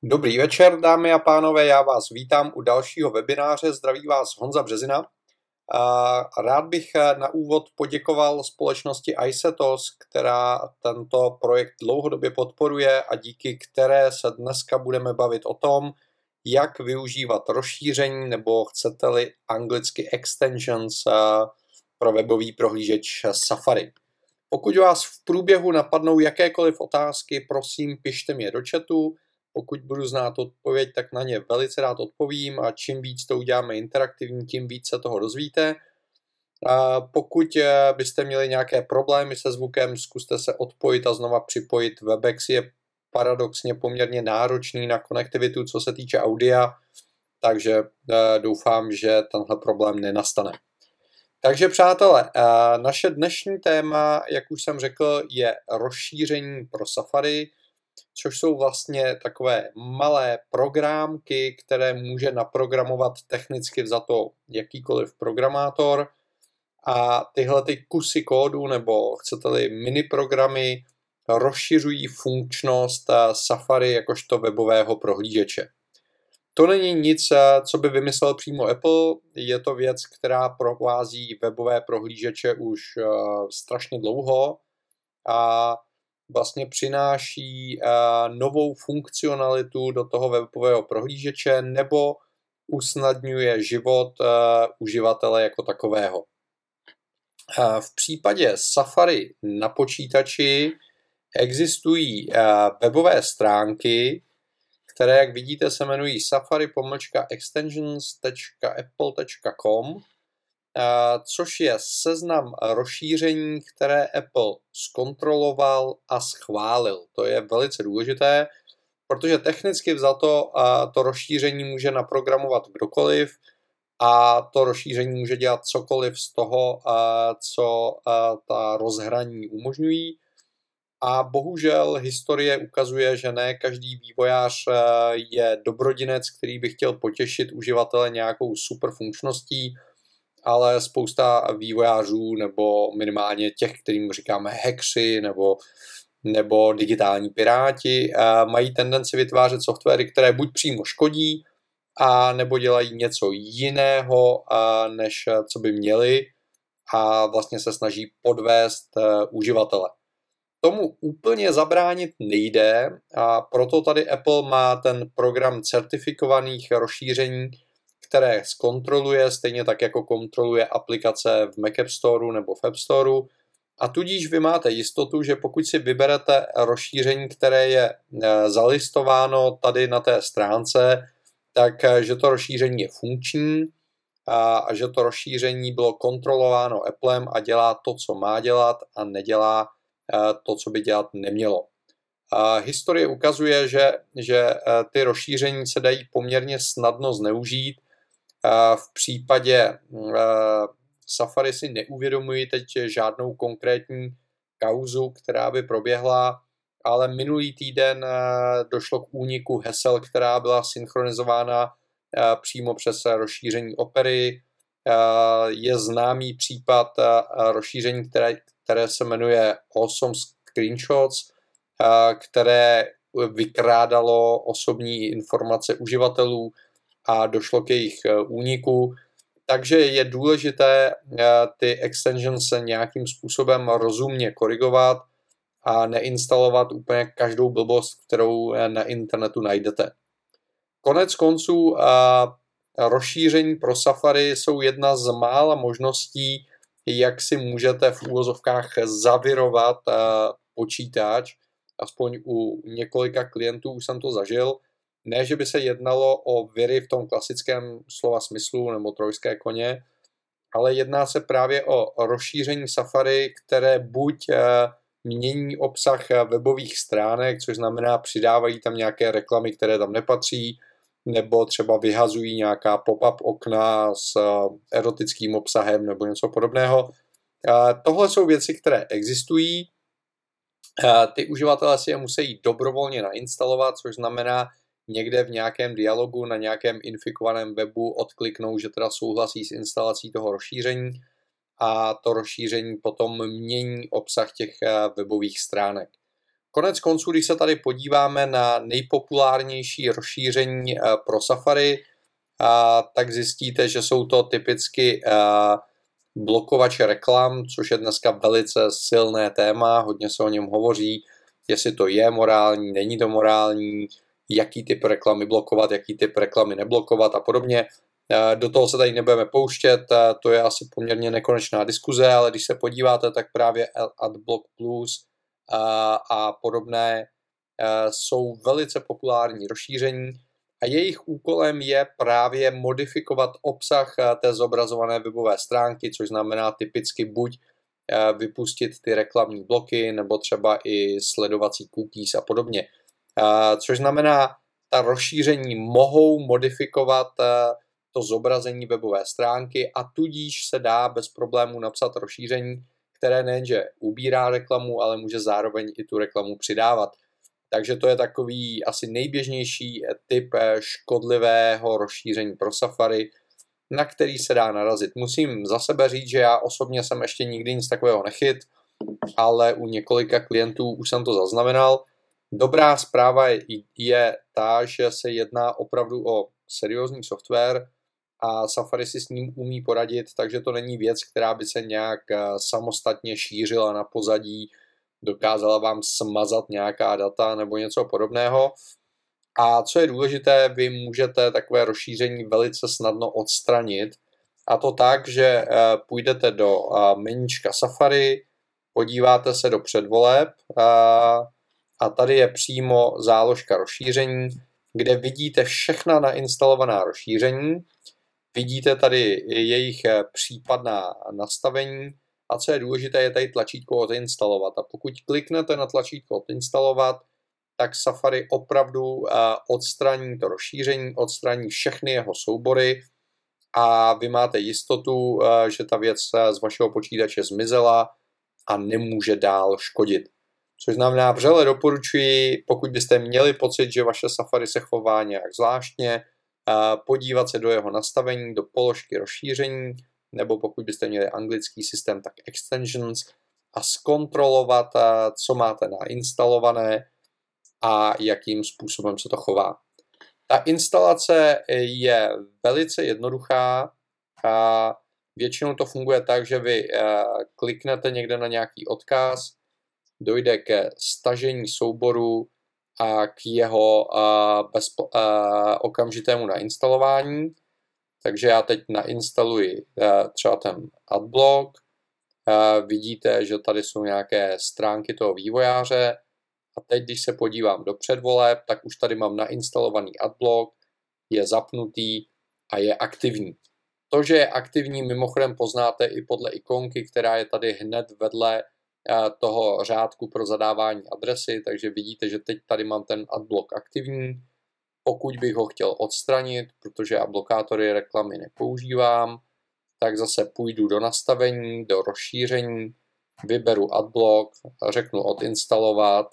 Dobrý večer, dámy a pánové, já vás vítám u dalšího webináře. Zdraví vás Honza Březina. Rád bych na úvod poděkoval společnosti iSetos, která tento projekt dlouhodobě podporuje a díky které se dneska budeme bavit o tom, jak využívat rozšíření nebo chcete-li anglicky extensions pro webový prohlížeč Safari. Pokud vás v průběhu napadnou jakékoliv otázky, prosím, pište mi je do chatu. Pokud budu znát odpověď, tak na ně velice rád odpovím a čím víc to uděláme interaktivní, tím víc se toho dozvíte. Pokud byste měli nějaké problémy se zvukem, zkuste se odpojit a znova připojit. Webex je paradoxně poměrně náročný na konektivitu, co se týče audia, takže doufám, že tenhle problém nenastane. Takže přátelé, naše dnešní téma, jak už jsem řekl, je rozšíření pro Safari, což jsou vlastně takové malé programky, které může naprogramovat technicky vzato jakýkoliv programátor. A tyhle ty kusy kódu, nebo chcete-li mini programy, rozšiřují funkčnost Safari jakožto webového prohlížeče. To není nic, co by vymyslel přímo Apple, je to věc, která provází webové prohlížeče už strašně dlouho a vlastně přináší novou funkcionalitu do toho webového prohlížeče nebo usnadňuje život uživatele jako takového. V případě Safari na počítači existují webové stránky, které, jak vidíte, se jmenují safari-extensions.apple.com, což je seznam rozšíření, které Apple zkontroloval a schválil. To je velice důležité, protože technicky vzato to rozšíření může naprogramovat kdokoliv a to rozšíření může dělat cokoliv z toho, co ta rozhraní umožňují. A bohužel historie ukazuje, že ne každý vývojář je dobrodinec, který by chtěl potěšit uživatele nějakou super funkčností, ale spousta vývojářů nebo minimálně těch, kterým říkáme hackři nebo digitální piráti, mají tendenci vytvářet softwary, které buď přímo škodí, a nebo dělají něco jiného, než co by měli, a vlastně se snaží podvést uživatele. Tomu úplně zabránit nejde a proto tady Apple má ten program certifikovaných rozšíření, které zkontroluje, stejně tak jako kontroluje aplikace v Mac App Store nebo v App Store. A tudíž vy máte jistotu, že pokud si vyberete rozšíření, které je zalistováno tady na té stránce, tak že to rozšíření je funkční a že to rozšíření bylo kontrolováno Applem a dělá to, co má dělat a nedělá to, co by dělat nemělo. Historie ukazuje, že ty rozšíření se dají poměrně snadno zneužít. V případě Safari si neuvědomuji teď žádnou konkrétní kauzu, která by proběhla, ale minulý týden došlo k úniku hesel, která byla synchronizována přímo přes rozšíření Opery. Je známý případ rozšíření, které se jmenuje Awesome Screenshots, které vykrádalo osobní informace uživatelů a došlo k jejich úniku. Takže je důležité ty extensions se nějakým způsobem rozumně korigovat a neinstalovat úplně každou blbost, kterou na internetu najdete. Konec konců rozšíření pro Safari jsou jedna z mála možností, jak si můžete v úvozovkách zavirovat počítač. Aspoň u několika klientů už jsem to zažil. Ne, že by se jednalo o viry v tom klasickém slova smyslu nebo trojské koně, ale jedná se právě o rozšíření Safari, které buď mění obsah webových stránek, což znamená přidávají tam nějaké reklamy, které tam nepatří, nebo třeba vyhazují nějaká pop-up okna s erotickým obsahem nebo něco podobného. Tohle jsou věci, které existují. Ty uživatelé si je musí dobrovolně nainstalovat, což znamená někde v nějakém dialogu na nějakém infikovaném webu odkliknou, že teda souhlasí s instalací toho rozšíření a to rozšíření potom mění obsah těch webových stránek. Konec konců, když se tady podíváme na nejpopulárnější rozšíření pro Safari, tak zjistíte, že jsou to typicky blokovače reklam, což je dneska velice silné téma, hodně se o něm hovoří, jestli to je morální, není to morální, jaký typ reklamy blokovat, jaký typ reklamy neblokovat a podobně. Do toho se tady nebudeme pouštět, to je asi poměrně nekonečná diskuze, ale když se podíváte, tak právě AdBlock Plus a podobné jsou velice populární rozšíření a jejich úkolem je právě modifikovat obsah té zobrazované webové stránky, což znamená typicky buď vypustit ty reklamní bloky, nebo třeba i sledovací cookies a podobně. Což znamená, ta rozšíření mohou modifikovat to zobrazení webové stránky a tudíž se dá bez problémů napsat rozšíření, které nejenže ubírá reklamu, ale může zároveň i tu reklamu přidávat. Takže to je takový asi nejběžnější typ škodlivého rozšíření pro Safari, na který se dá narazit. Musím za sebe říct, že já osobně jsem ještě nikdy nic takového nechyt, ale u několika klientů už jsem to zaznamenal. Dobrá zpráva je ta, že se jedná opravdu o seriózní software a Safari si s ním umí poradit, takže to není věc, která by se nějak samostatně šířila na pozadí, dokázala vám smazat nějaká data nebo něco podobného. A co je důležité, vy můžete takové rozšíření velice snadno odstranit. A to tak, že půjdete do meníčka Safari, podíváte se do předvoleb a tady je přímo záložka rozšíření, kde vidíte všechna nainstalovaná rozšíření, vidíte tady jejich případná nastavení a co je důležité, je tady tlačítko odinstalovat. A pokud kliknete na tlačítko odinstalovat, tak Safari opravdu odstraní to rozšíření, odstraní všechny jeho soubory a vy máte jistotu, že ta věc z vašeho počítače zmizela a nemůže dál škodit. Což znamená, vřele doporučuji, pokud byste měli pocit, že vaše Safari se chová nějak zvláštně, podívat se do jeho nastavení, do položky rozšíření, nebo pokud byste měli anglický systém, tak extensions a zkontrolovat, co máte nainstalované a jakým způsobem se to chová. Ta instalace je velice jednoduchá a většinou to funguje tak, že vy kliknete někde na nějaký odkaz, dojde ke stažení souboru a k jeho okamžitému nainstalování. Takže já teď nainstaluji třeba ten AdBlock. Vidíte, že tady jsou nějaké stránky toho vývojáře. A teď, když se podívám do předvoleb, tak už tady mám nainstalovaný AdBlock, je zapnutý a je aktivní. To, že je aktivní, mimochodem poznáte i podle ikonky, která je tady hned vedle toho řádku pro zadávání adresy, takže vidíte, že teď tady mám ten AdBlock aktivní. Pokud bych ho chtěl odstranit, protože já blokátory reklamy nepoužívám, tak zase půjdu do nastavení, do rozšíření, vyberu AdBlock, řeknu odinstalovat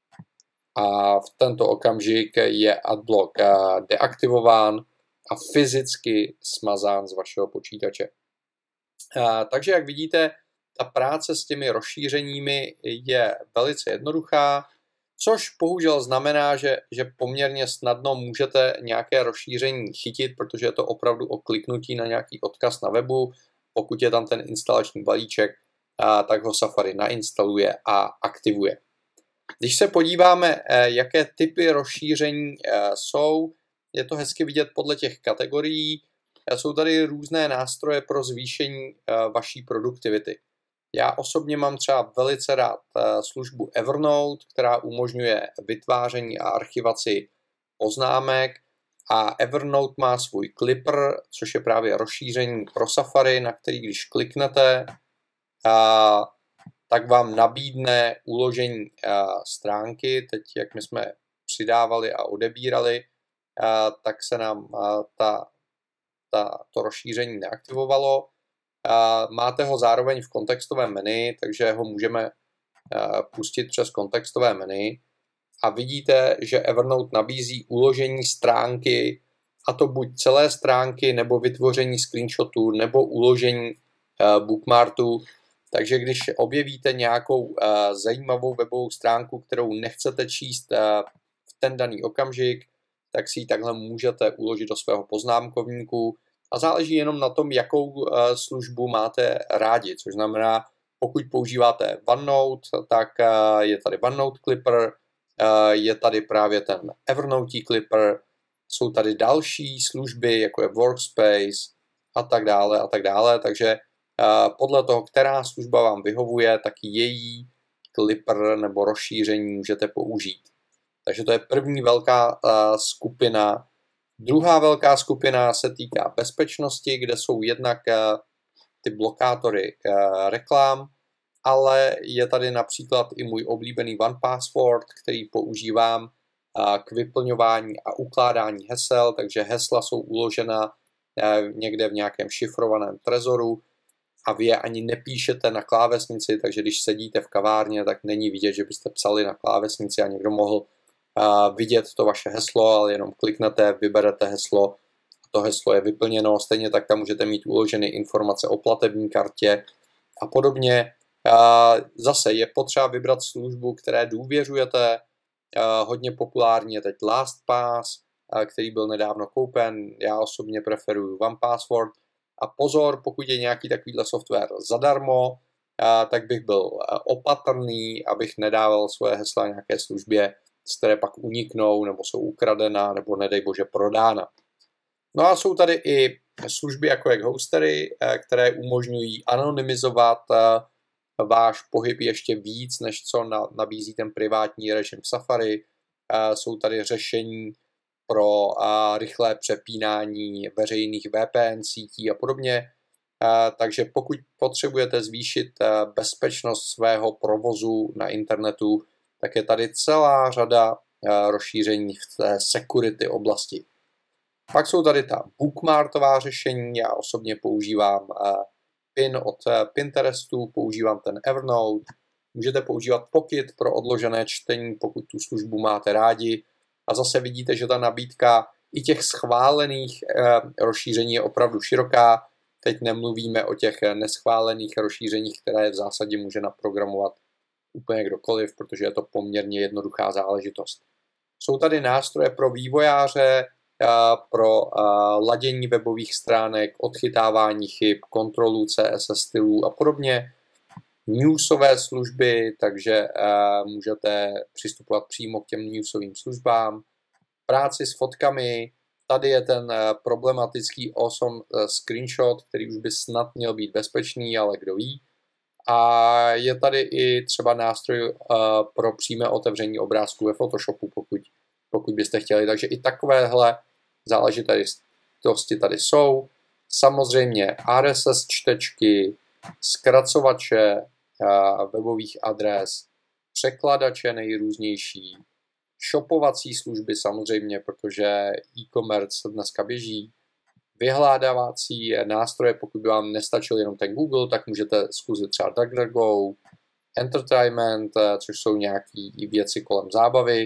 a v tento okamžik je AdBlock deaktivován a fyzicky smazán z vašeho počítače. Takže jak vidíte, ta práce s těmi rozšířeními je velice jednoduchá, což bohužel znamená, že poměrně snadno můžete nějaké rozšíření chytit, protože je to opravdu o kliknutí na nějaký odkaz na webu. Pokud je tam ten instalační balíček, tak ho Safari nainstaluje a aktivuje. Když se podíváme, jaké typy rozšíření jsou, je to hezky vidět podle těch kategorií. Jsou tady různé nástroje pro zvýšení vaší produktivity. Já osobně mám třeba velice rád službu Evernote, která umožňuje vytváření a archivaci poznámek a Evernote má svůj Clipper, což je právě rozšíření pro Safari, na který když kliknete, tak vám nabídne uložení stránky. Teď, jak my jsme přidávali a odebírali, tak se nám to rozšíření neaktivovalo. Máte ho zároveň v kontextovém menu, takže ho můžeme pustit přes kontextové menu a vidíte, že Evernote nabízí uložení stránky, a to buď celé stránky, nebo vytvoření screenshotu, nebo uložení bookmarku. Takže když objevíte nějakou zajímavou webovou stránku, kterou nechcete číst v ten daný okamžik, tak si ji takhle můžete uložit do svého poznámkovníku a záleží jenom na tom, jakou službu máte rádi, což znamená, pokud používáte OneNote, tak je tady OneNote Clipper, je tady právě ten Evernote Clipper, jsou tady další služby, jako je Workspace a tak dále, takže podle toho, která služba vám vyhovuje, tak její Clipper nebo rozšíření můžete použít. Takže to je první velká skupina. Druhá velká skupina se týká bezpečnosti, kde jsou jednak ty blokátory reklam, ale je tady například i můj oblíbený OnePassword, který používám k vyplňování a ukládání hesel, takže hesla jsou uložena někde v nějakém šifrovaném trezoru a vy je ani nepíšete na klávesnici, takže když sedíte v kavárně, tak není vidět, že byste psali na klávesnici a někdo mohl vidět to vaše heslo, ale jenom kliknete, vyberete heslo a to heslo je vyplněno. Stejně tak tam můžete mít uloženy informace o platební kartě a podobně. Zase je potřeba vybrat službu, které důvěřujete. Hodně populární je teď LastPass, který byl nedávno koupen. Já osobně preferuji OnePassword. A pozor, pokud je nějaký takovýhle software zadarmo, tak bych byl opatrný, abych nedával svoje hesla nějaké službě, z které pak uniknou, nebo jsou ukradená, nebo nedej bože prodána. No a jsou tady i služby jako jak hostery, které umožňují anonymizovat váš pohyb ještě víc, než co nabízí ten privátní režim v Safari. Jsou tady řešení pro rychlé přepínání veřejných VPN sítí a podobně. Takže pokud potřebujete zvýšit bezpečnost svého provozu na internetu, tak je tady celá řada rozšíření v té security oblasti. Pak jsou tady ta bookmarková řešení, já osobně používám Pin od Pinterestu, používám ten Evernote, můžete používat Pocket pro odložené čtení, pokud tu službu máte rádi. A zase vidíte, že ta nabídka i těch schválených rozšíření je opravdu široká. Teď nemluvíme o těch neschválených rozšířeních, které v zásadě může naprogramovat úplně kdokoliv, protože je to poměrně jednoduchá záležitost. Jsou tady nástroje pro vývojáře, pro ladění webových stránek, odchytávání chyb, kontrolu CSS stylů a podobně. Newsové služby, takže můžete přistupovat přímo k těm newsovým službám. Práci s fotkami, tady je ten problematický awesome screenshot, který už by snad měl být bezpečný, ale kdo ví. A je tady i třeba nástroj pro přímé otevření obrázků ve Photoshopu, pokud byste chtěli. Takže i takovéhle záležitosti tady jsou. Samozřejmě RSS čtečky, zkracovače webových adres, překladače nejrůznější, shopovací služby samozřejmě, protože e-commerce dneska běží, vyhledávací nástroje, pokud by vám nestačil jenom ten Google, tak můžete zkusit třeba DuckDuckGo, entertainment, což jsou nějaké věci kolem zábavy,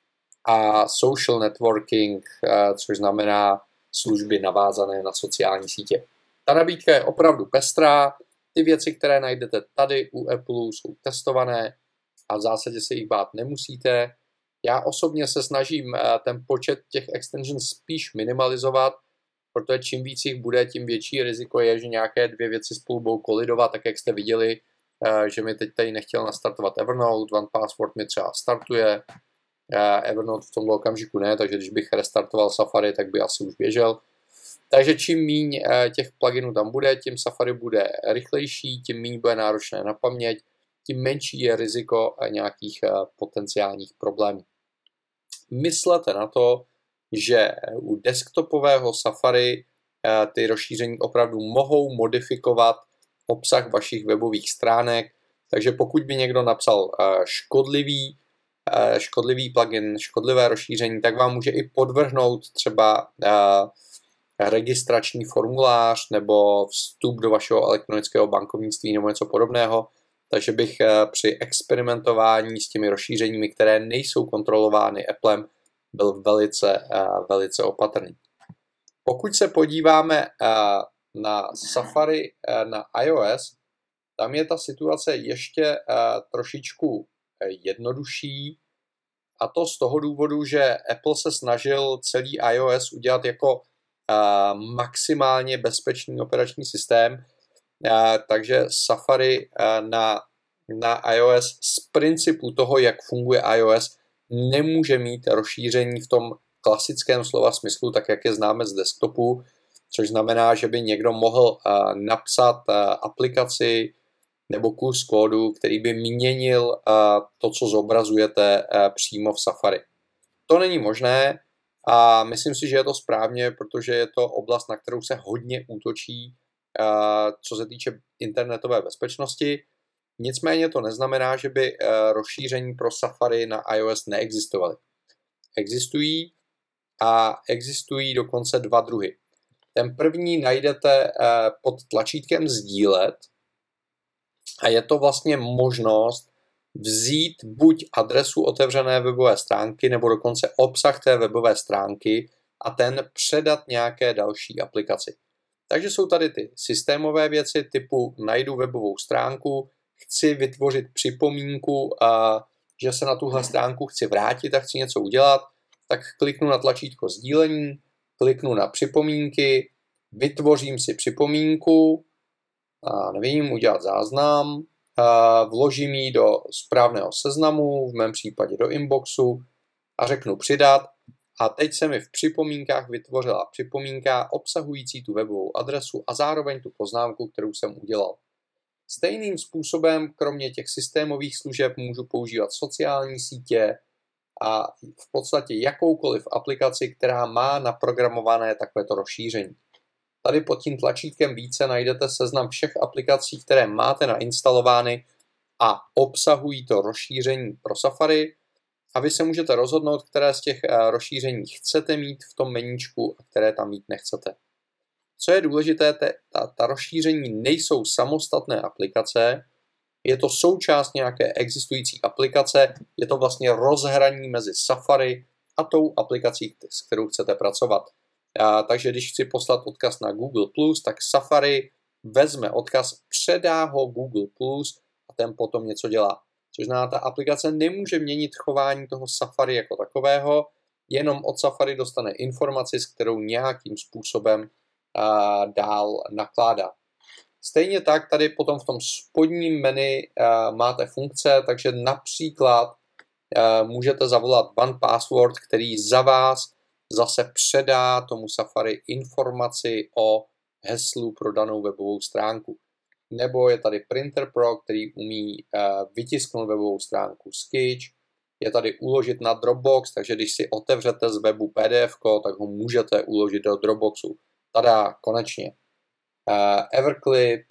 a social networking, což znamená služby navázané na sociální sítě. Ta nabídka je opravdu pestrá, ty věci, které najdete tady u Apple, jsou testované a v zásadě se jich bát nemusíte. Já osobně se snažím ten počet těch extensions spíš minimalizovat, protože čím víc jich bude, tím větší riziko je, že nějaké dvě věci spolu budou kolidovat, tak jak jste viděli, že mi teď tady nechtěl nastartovat Evernote, OnePassword mi třeba startuje, Evernote v tomto okamžiku ne, takže když bych restartoval Safari, tak by asi už běžel. Takže čím míň těch pluginů tam bude, tím Safari bude rychlejší, tím míň bude náročné na paměť, tím menší je riziko nějakých potenciálních problémů. Myslete na to, že u desktopového Safari ty rozšíření opravdu mohou modifikovat obsah vašich webových stránek, takže pokud by někdo napsal škodlivý plugin, škodlivé rozšíření, tak vám může i podvrhnout třeba registrační formulář nebo vstup do vašeho elektronického bankovnictví nebo něco podobného. Takže bych při experimentování s těmi rozšířeními, které nejsou kontrolovány Applem, byl velice opatrný. Pokud se podíváme na Safari na iOS, Tam je ta situace ještě trošičku jednodušší, a to z toho důvodu, že Apple se snažil celý iOS udělat jako maximálně bezpečný operační systém, takže Safari na iOS z principu toho, jak funguje iOS, nemůže mít rozšíření v tom klasickém slova smyslu, tak jak je známe z desktopu, což znamená, že by někdo mohl napsat aplikaci nebo kus kódu, který by měnil to, co zobrazujete přímo v Safari. To není možné a myslím si, že je to správně, protože je to oblast, na kterou se hodně útočí, co se týče internetové bezpečnosti. Nicméně to neznamená, že by rozšíření pro Safari na iOS neexistovaly. Existují a existují dokonce dva druhy. Ten první najdete pod tlačítkem sdílet a je to vlastně možnost vzít buď adresu otevřené webové stránky nebo dokonce obsah té webové stránky a ten předat nějaké další aplikaci. Takže jsou tady ty systémové věci typu najdu webovou stránku, chci vytvořit připomínku, že se na tuhle stránku chci vrátit a chci něco udělat, tak kliknu na tlačítko sdílení, kliknu na připomínky, vytvořím si připomínku, nevím, udělat záznam, vložím ji do správného seznamu, v mém případě do inboxu a řeknu přidat. A teď se mi v připomínkách vytvořila připomínka obsahující tu webovou adresu a zároveň tu poznámku, kterou jsem udělal. Stejným způsobem, kromě těch systémových služeb, můžu používat sociální sítě a v podstatě jakoukoliv aplikaci, která má naprogramované takovéto rozšíření. Tady pod tím tlačítkem více najdete seznam všech aplikací, které máte nainstalovány a obsahují to rozšíření pro Safari a vy se můžete rozhodnout, které z těch rozšíření chcete mít v tom meníčku a které tam mít nechcete. Co je důležité, ta rozšíření nejsou samostatné aplikace, je to součást nějaké existující aplikace, je to vlastně rozhraní mezi Safari a tou aplikací, s kterou chcete pracovat. Takže když chci poslat odkaz na Google+, tak Safari vezme odkaz, předá ho Google+, a ten potom něco dělá. Což znamená, ta aplikace nemůže měnit chování toho Safari jako takového, jenom od Safari dostane informaci, s kterou nějakým způsobem dál nakládá. Stejně tak tady potom v tom spodním menu máte funkce, takže například můžete zavolat OnePassword, který za vás zase předá tomu Safari informaci o heslu pro danou webovou stránku. Nebo je tady Printer Pro, který umí vytisknout webovou stránku Sketch. Je tady uložit na Dropbox, takže když si otevřete z webu PDF, tak ho můžete uložit do Dropboxu. Tada, konečně. Everclip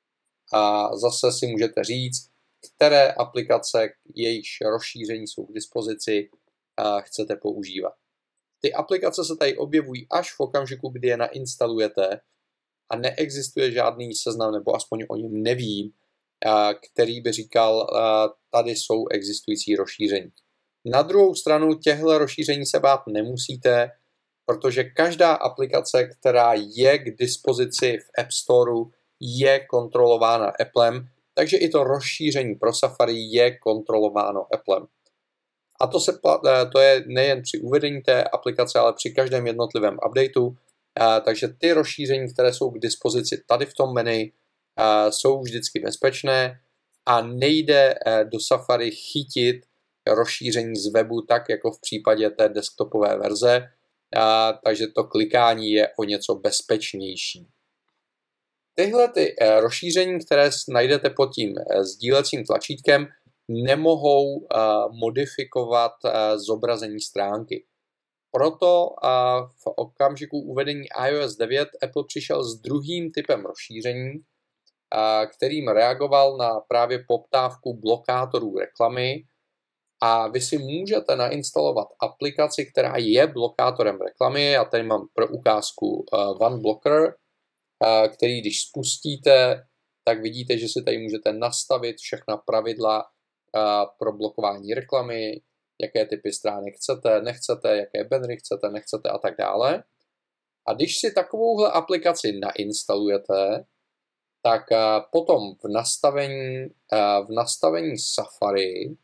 a zase si můžete říct, které aplikace, jejichž rozšíření jsou k dispozici, chcete používat. Ty aplikace se tady objevují až v okamžiku, kdy je nainstalujete a neexistuje žádný seznam, nebo aspoň o něm nevím, který by říkal, tady jsou existující rozšíření. Na druhou stranu těchto rozšíření se bát nemusíte, protože každá aplikace, která je k dispozici v App Storeu, je kontrolována Applem, takže i to rozšíření pro Safari je kontrolováno Applem. A to je nejen při uvedení té aplikace, ale při každém jednotlivém updateu. Takže ty rozšíření, které jsou k dispozici tady v tom menu, jsou vždycky bezpečné a nejde do Safari chytit rozšíření z webu tak, jako v případě té desktopové verze, takže to klikání je o něco bezpečnější. Tyhle ty rozšíření, které najdete pod tím sdílecím tlačítkem, nemohou modifikovat zobrazení stránky. Proto v okamžiku uvedení iOS 9 Apple přišel s druhým typem rozšíření, kterým reagoval na právě poptávku blokátorů reklamy. A vy si můžete nainstalovat aplikaci, která je blokátorem reklamy. Já tady mám pro ukázku OneBlocker, který když spustíte, tak vidíte, že si tady můžete nastavit všechna pravidla pro blokování reklamy, jaké typy stránek chcete, nechcete, jaké bannery chcete, nechcete a tak dále. A když si takovouhle aplikaci nainstalujete, tak potom v nastavení Safari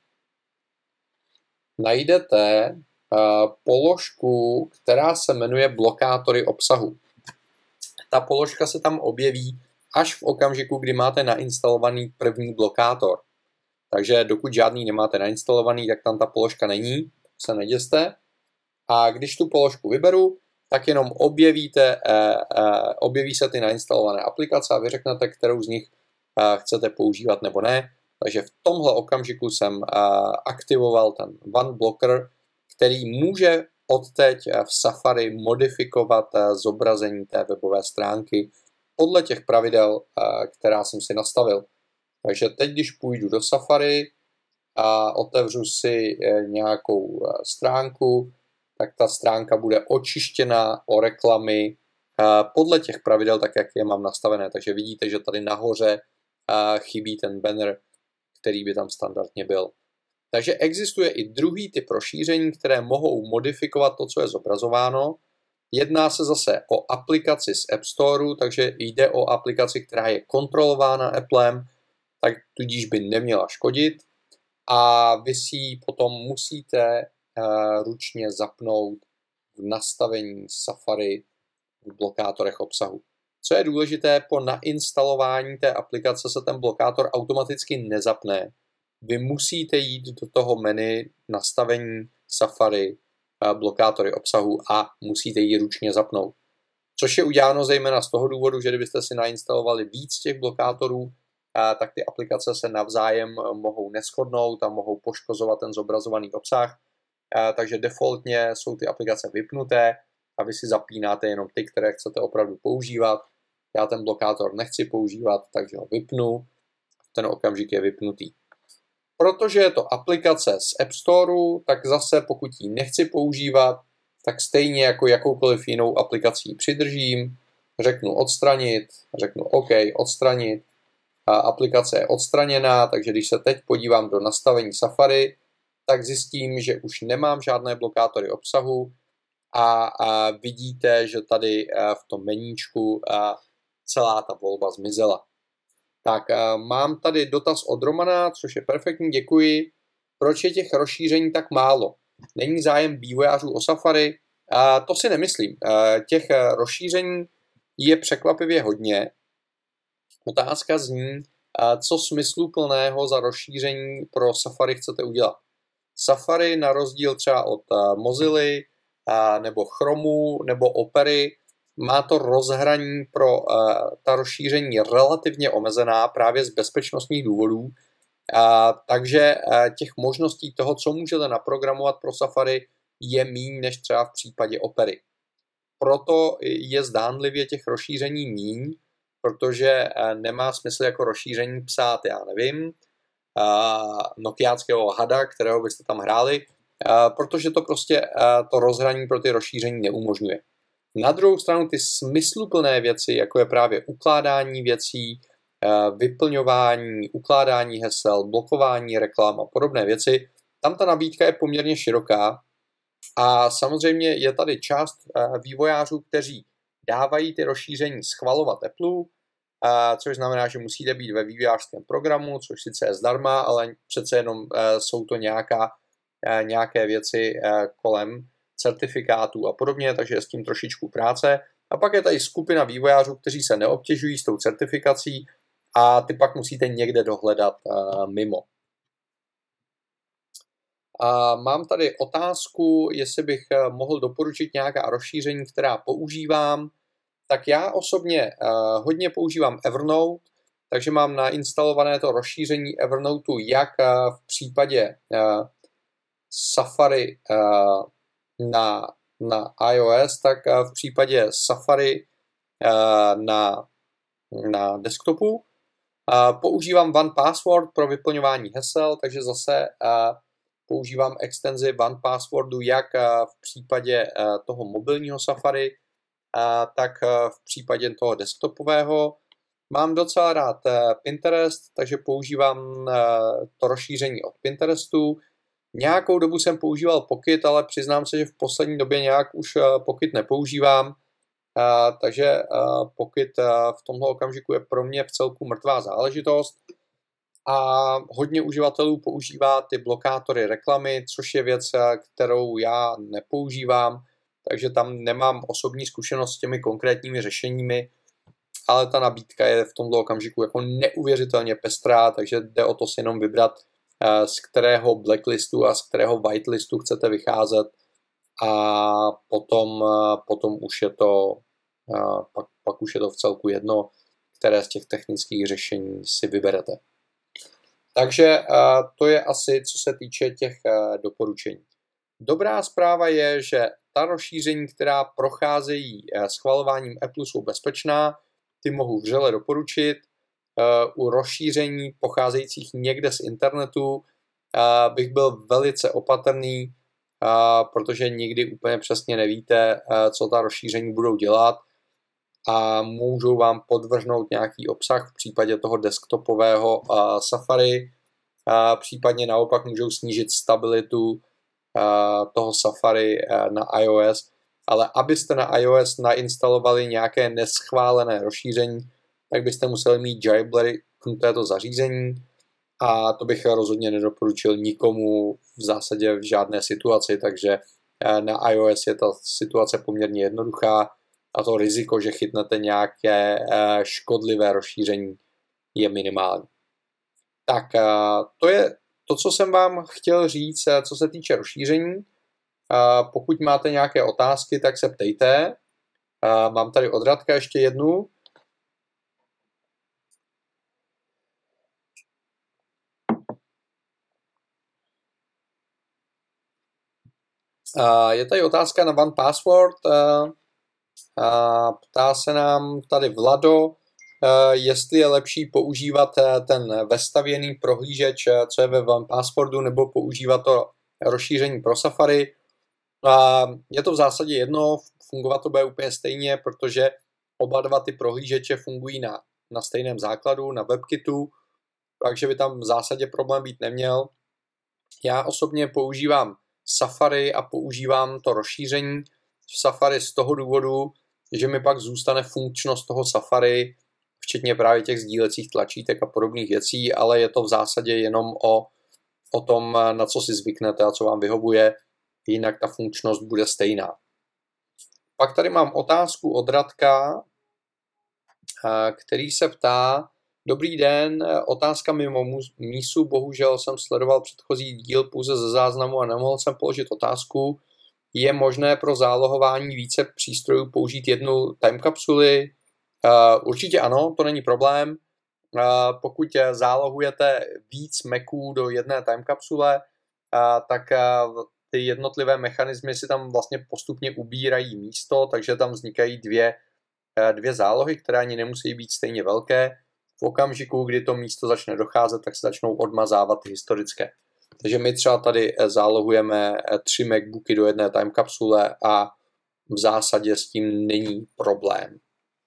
najdete položku, která se jmenuje blokátory obsahu. Ta položka se tam objeví až v okamžiku, kdy máte nainstalovaný první blokátor. Takže dokud žádný nemáte nainstalovaný, tak tam ta položka není, se neděste. A když tu položku vyberu, tak jenom objeví se ty nainstalované aplikace a vy řeknete, kterou z nich chcete používat nebo ne. Takže v tomhle okamžiku jsem aktivoval ten One Blocker, který může odteď v Safari modifikovat zobrazení té webové stránky podle těch pravidel, která jsem si nastavil. Takže teď, když půjdu do Safari a otevřu si nějakou stránku, tak ta stránka bude očištěna o reklamy podle těch pravidel, tak jak je mám nastavené. Takže vidíte, že tady nahoře chybí ten banner, který by tam standardně byl. Takže existuje i druhý typ rozšíření, které mohou modifikovat to, co je zobrazováno. Jedná se zase o aplikaci z App Storeu, takže jde o aplikaci, která je kontrolována Applem, tak tudíž by neměla škodit. A vy si ji potom musíte ručně zapnout v nastavení Safari v blokátorech obsahu. Co je důležité, po nainstalování té aplikace se ten blokátor automaticky nezapne. Vy musíte jít do toho menu nastavení Safari blokátory obsahu a musíte ji ručně zapnout. Což je uděláno zejména z toho důvodu, že kdybyste si nainstalovali víc těch blokátorů, tak ty aplikace se navzájem mohou neshodnout a mohou poškozovat ten zobrazovaný obsah. Takže defaultně jsou ty aplikace vypnuté a vy si zapínáte jenom ty, které chcete opravdu používat. Já ten blokátor nechci používat, takže ho vypnu. V ten okamžik je vypnutý. Protože je to aplikace z App Storeu, tak zase pokud ji nechci používat, tak stejně jako jakoukoliv jinou aplikací přidržím, řeknu odstranit, řeknu OK, odstranit. A aplikace je odstraněná, takže když se teď podívám do nastavení Safari, tak zjistím, že už nemám žádné blokátory obsahu a vidíte, že tady v tom meníčku celá ta volba zmizela. Tak mám tady dotaz od Romana, což je perfektní, děkuji. Proč je těch rozšíření tak málo? Není zájem vývojářů o Safari? To si nemyslím. Těch rozšíření je překvapivě hodně. Otázka zní, co smysluplného za rozšíření pro Safari chcete udělat. Safari na rozdíl třeba od Mozily nebo Chromu nebo Opery má to rozhraní pro ta rozšíření relativně omezená právě z bezpečnostních důvodů, takže těch možností toho, co můžete naprogramovat pro Safari, je míň než třeba v případě Opery. Proto je zdánlivě těch rozšíření míň, protože nemá smysl jako rozšíření psát, já nevím, nokiáckého hada, kterého byste tam hráli, protože to prostě to rozhraní pro ty rozšíření neumožňuje. Na druhou stranu ty smysluplné věci, jako je právě ukládání věcí, vyplňování, ukládání hesel, blokování reklam a podobné věci, tam ta nabídka je poměrně široká a samozřejmě je tady část vývojářů, kteří dávají ty rozšíření schvalovat Apple, což znamená, že musíte být ve vývojářském programu, což sice je zdarma, ale přece jenom jsou to nějaké věci kolem certifikátů a podobně, takže je s tím trošičku práce. A pak je tady skupina vývojářů, kteří se neobtěžují s tou certifikací a ty pak musíte někde dohledat mimo. Mám tady otázku, jestli bych mohl doporučit nějaká rozšíření, která používám. Tak já osobně hodně používám Evernote, takže mám nainstalované to rozšíření Evernoteu jak v případě Safari na iOS, tak v případě Safari na desktopu. Používám OnePassword pro vyplňování hesel, takže zase používám extenzi OnePasswordu jak v případě toho mobilního Safari, tak v případě toho desktopového. Mám docela rád Pinterest, takže používám to rozšíření od Pinterestu. Nějakou dobu jsem používal Pocket, ale přiznám se, že v poslední době nějak už Pocket nepoužívám. takže Pocket v tomto okamžiku je pro mě v celku mrtvá záležitost a hodně uživatelů používá ty blokátory reklamy, což je věc, kterou já nepoužívám, takže tam nemám osobní zkušenost s těmi konkrétními řešeními, ale ta nabídka je v tomto okamžiku jako neuvěřitelně pestrá, takže jde o to si jenom vybrat, z kterého blacklistu a z kterého whitelistu chcete vycházet a potom už je to pak už je to v celku jedno, které z těch technických řešení si vyberete. Takže to je asi, co se týče těch doporučení. Dobrá zpráva je, že ta rozšíření, která procházejí schvalováním Apple, jsou bezpečná, ty mohu vřele doporučit. U rozšíření pocházejících někde z internetu bych byl velice opatrný, protože nikdy úplně přesně nevíte, co ta rozšíření budou dělat a můžou vám podvrhnout nějaký obsah v případě toho desktopového Safari, případně naopak můžou snížit stabilitu toho Safari na iOS, ale abyste na iOS nainstalovali nějaké neschválené rozšíření, tak byste museli mít jailbreaknuté to zařízení a to bych rozhodně nedoporučil nikomu v zásadě v žádné situaci, takže na iOS je ta situace poměrně jednoduchá a to riziko, že chytnete nějaké škodlivé rozšíření, je minimální. Tak to je to, co jsem vám chtěl říct, co se týče rozšíření. Pokud máte nějaké otázky, tak se ptejte. Mám tady od Radka ještě jednu. Je tady otázka na OnePassword. Ptá se nám tady Vlado, jestli je lepší používat ten vestavěný prohlížeč, co je ve OnePasswordu, nebo používat to rozšíření pro Safari. Je to v zásadě jedno, fungovat to bude úplně stejně, protože oba dva ty prohlížeče fungují na stejném základu, na WebKitu, takže by tam v zásadě problém být neměl. Já osobně používám Safari a používám to rozšíření v Safari z toho důvodu, že mi pak zůstane funkčnost toho Safari, včetně právě těch sdílecích tlačítek a podobných věcí, ale je to v zásadě jenom o tom, na co si zvyknete a co vám vyhovuje, jinak ta funkčnost bude stejná. Pak tady mám otázku od Radka, který se ptá: Dobrý den, otázka mimo mísu, bohužel jsem sledoval předchozí díl pouze ze záznamu a nemohl jsem položit otázku. Je možné pro zálohování více přístrojů použít jednu timekapsuli? Určitě ano, to není problém. Pokud zálohujete víc Maců do jedné timekapsule, tak ty jednotlivé mechanismy si tam vlastně postupně ubírají místo, takže tam vznikají dvě zálohy, které ani nemusí být stejně velké. V okamžiku, kdy to místo začne docházet, tak se začnou odmazávat historické. Takže my třeba tady zálohujeme 3 MacBooky do jedné timekapsule a v zásadě s tím není problém.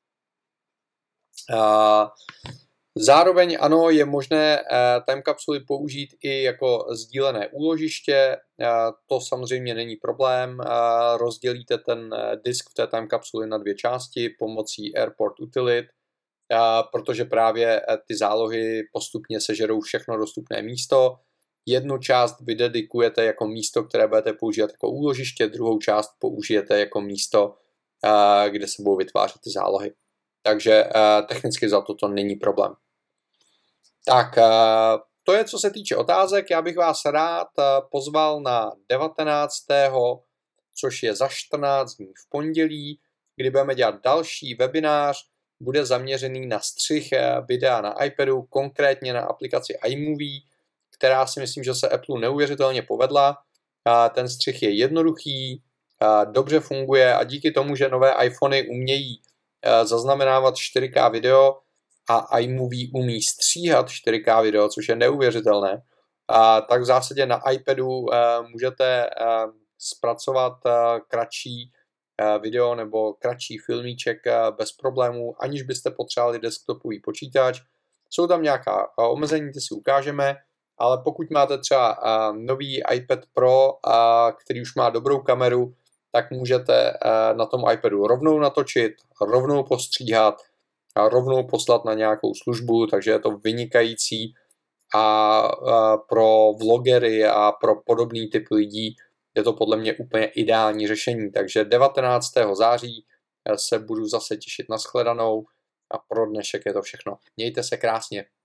Zároveň ano, je možné timekapsuly použít i jako sdílené úložiště, to samozřejmě není problém, rozdělíte ten disk v té timekapsuli na 2 části pomocí Airport Utility, protože právě ty zálohy postupně sežerou všechno dostupné místo. Jednu část vy dedikujete jako místo, které budete používat jako úložiště, druhou část použijete jako místo, kde se budou vytvářet ty zálohy. Takže technicky za to není problém. Tak, to je, co se týče otázek. Já bych vás rád pozval na 19. což je za 14 dní v pondělí, kdy budeme dělat další webinář. Bude zaměřený na střih videa na iPadu, konkrétně na aplikaci iMovie, která si myslím, že se Apple neuvěřitelně povedla. Ten střih je jednoduchý, dobře funguje a díky tomu, že nové iPhony umějí zaznamenávat 4K video a iMovie umí stříhat 4K video, což je neuvěřitelné, tak v zásadě na iPadu můžete zpracovat kratší video nebo kratší filmíček bez problémů, aniž byste potřebovali desktopový počítač. Jsou tam nějaká omezení, ty si ukážeme, ale pokud máte třeba nový iPad Pro, který už má dobrou kameru tak můžete na tom iPadu rovnou natočit, rovnou postříhat a rovnou poslat na nějakou službu, takže je to vynikající a pro vlogery a pro podobný typ lidí je to podle mě úplně ideální řešení. Takže 19. září se budu zase těšit na shledanou a pro dnešek je to všechno. Mějte se krásně.